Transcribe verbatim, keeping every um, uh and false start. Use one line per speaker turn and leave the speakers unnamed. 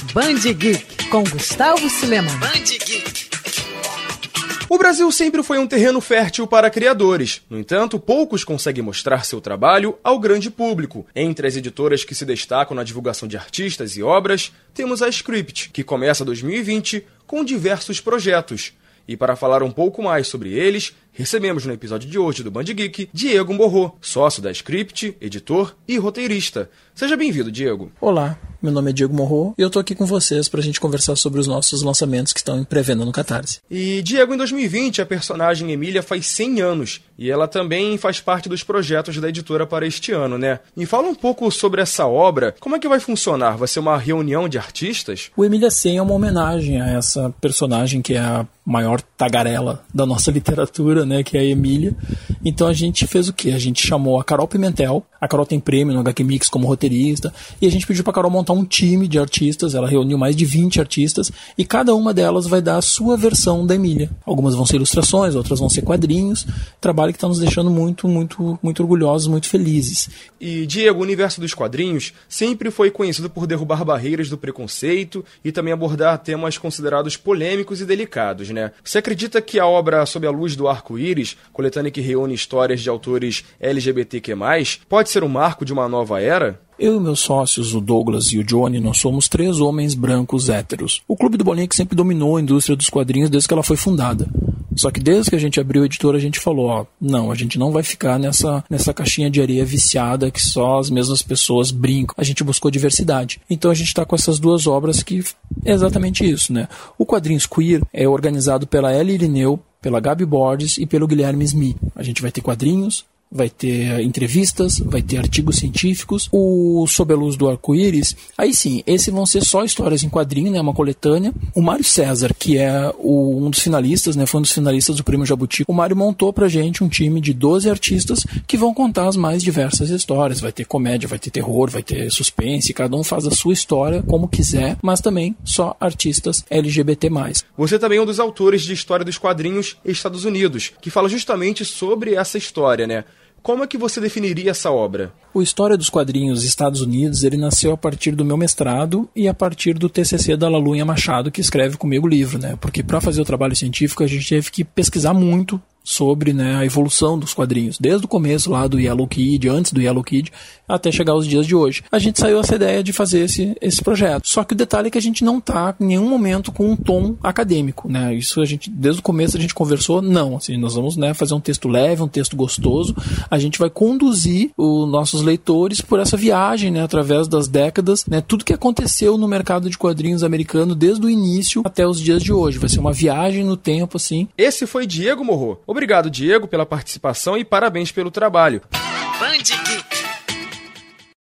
Band Geek, com Gustavo Suleman.
Band Geek.
O Brasil sempre foi um terreno fértil para criadores. No entanto, poucos conseguem mostrar seu trabalho ao grande público. Entre as editoras que se destacam na divulgação de artistas e obras, temos a Script, que começa dois mil e vinte com diversos projetos. E para falar um pouco mais sobre eles, recebemos no episódio de hoje do Band Geek, Diego Morro, sócio da Script, editor e roteirista. Seja bem-vindo, Diego.
Olá, meu nome é Diego Morro e eu tô aqui com vocês pra gente conversar sobre os nossos lançamentos que estão em pré-venda no Catarse.
E, Diego, em dois mil e vinte, a personagem Emília faz cem anos e ela também faz parte dos projetos da editora para este ano, né? Me fala um pouco sobre essa obra, como é que vai funcionar? Vai ser uma reunião de artistas?
O Emília cem é uma homenagem a essa personagem que é a maior tagarela da nossa literatura, né, que é a Emília. Então a gente fez o quê? A gente chamou a Carol Pimentel, a Carol tem prêmio no H Q Mix como roteirista, e a gente pediu pra Carol montar um time de artistas, ela reuniu mais de vinte artistas, e cada uma delas vai dar a sua versão da Emília. Algumas vão ser ilustrações, outras vão ser quadrinhos, trabalho que está nos deixando muito, muito, muito orgulhosos, muito felizes.
E, Diego, o universo dos quadrinhos sempre foi conhecido por derrubar barreiras do preconceito e também abordar temas considerados polêmicos e delicados, né? Você acredita que a obra Sob a Luz do Arco-Íris, coletânea que reúne histórias de autores L G B T Q mais, pode ser um marco de uma nova era?
Eu e meus sócios, o Douglas e o Johnny, nós somos três homens brancos héteros. O Clube do Bolinha que sempre dominou a indústria dos quadrinhos desde que ela foi fundada. Só que desde que a gente abriu a editora, a gente falou, ó, não, a gente não vai ficar nessa, nessa caixinha de areia viciada que só as mesmas pessoas brincam. A gente buscou diversidade. Então a gente está com essas duas obras que é exatamente isso, né? O Quadrinhos Queer é organizado pela Ellie Irineu, pela Gabi Borges e pelo Guilherme Smith. A gente vai ter quadrinhos, vai ter entrevistas, vai ter artigos científicos. O Sob a Luz do Arco-Íris, aí sim, esses vão ser só histórias em quadrinho, né, uma coletânea. O Mário César, que é o, um dos finalistas, né, foi um dos finalistas do Prêmio Jabuti, o Mário montou pra gente um time de doze artistas que vão contar as mais diversas histórias. Vai ter comédia, vai ter terror, vai ter suspense, cada um faz a sua história como quiser, mas também só artistas L G B T mais.
Você também é um dos autores de História dos Quadrinhos Estados Unidos, que fala justamente sobre essa história, né? Como é que você definiria essa obra?
O História dos Quadrinhos Estados Unidos, ele nasceu a partir do meu mestrado e a partir do T C C da Lalunha Machado, que escreve comigo o livro, né? Porque para fazer o trabalho científico a gente teve que pesquisar muito sobre, né, a evolução dos quadrinhos, desde o começo lá do Yellow Kid, antes do Yellow Kid, até chegar aos dias de hoje. A gente saiu essa ideia de fazer esse, esse projeto. Só que o detalhe é que a gente não tá em nenhum momento com um tom acadêmico, né? Isso a gente, desde o começo a gente conversou, não, assim, nós vamos, né, fazer um texto leve, um texto gostoso, a gente vai conduzir os nossos leitores por essa viagem, né, através das décadas, né, tudo que aconteceu no mercado de quadrinhos americano desde o início até os dias de hoje. Vai ser uma viagem no tempo, assim.
Esse foi Diego Morro. Obrigado, Diego, pela participação e parabéns pelo trabalho.
Band Geek.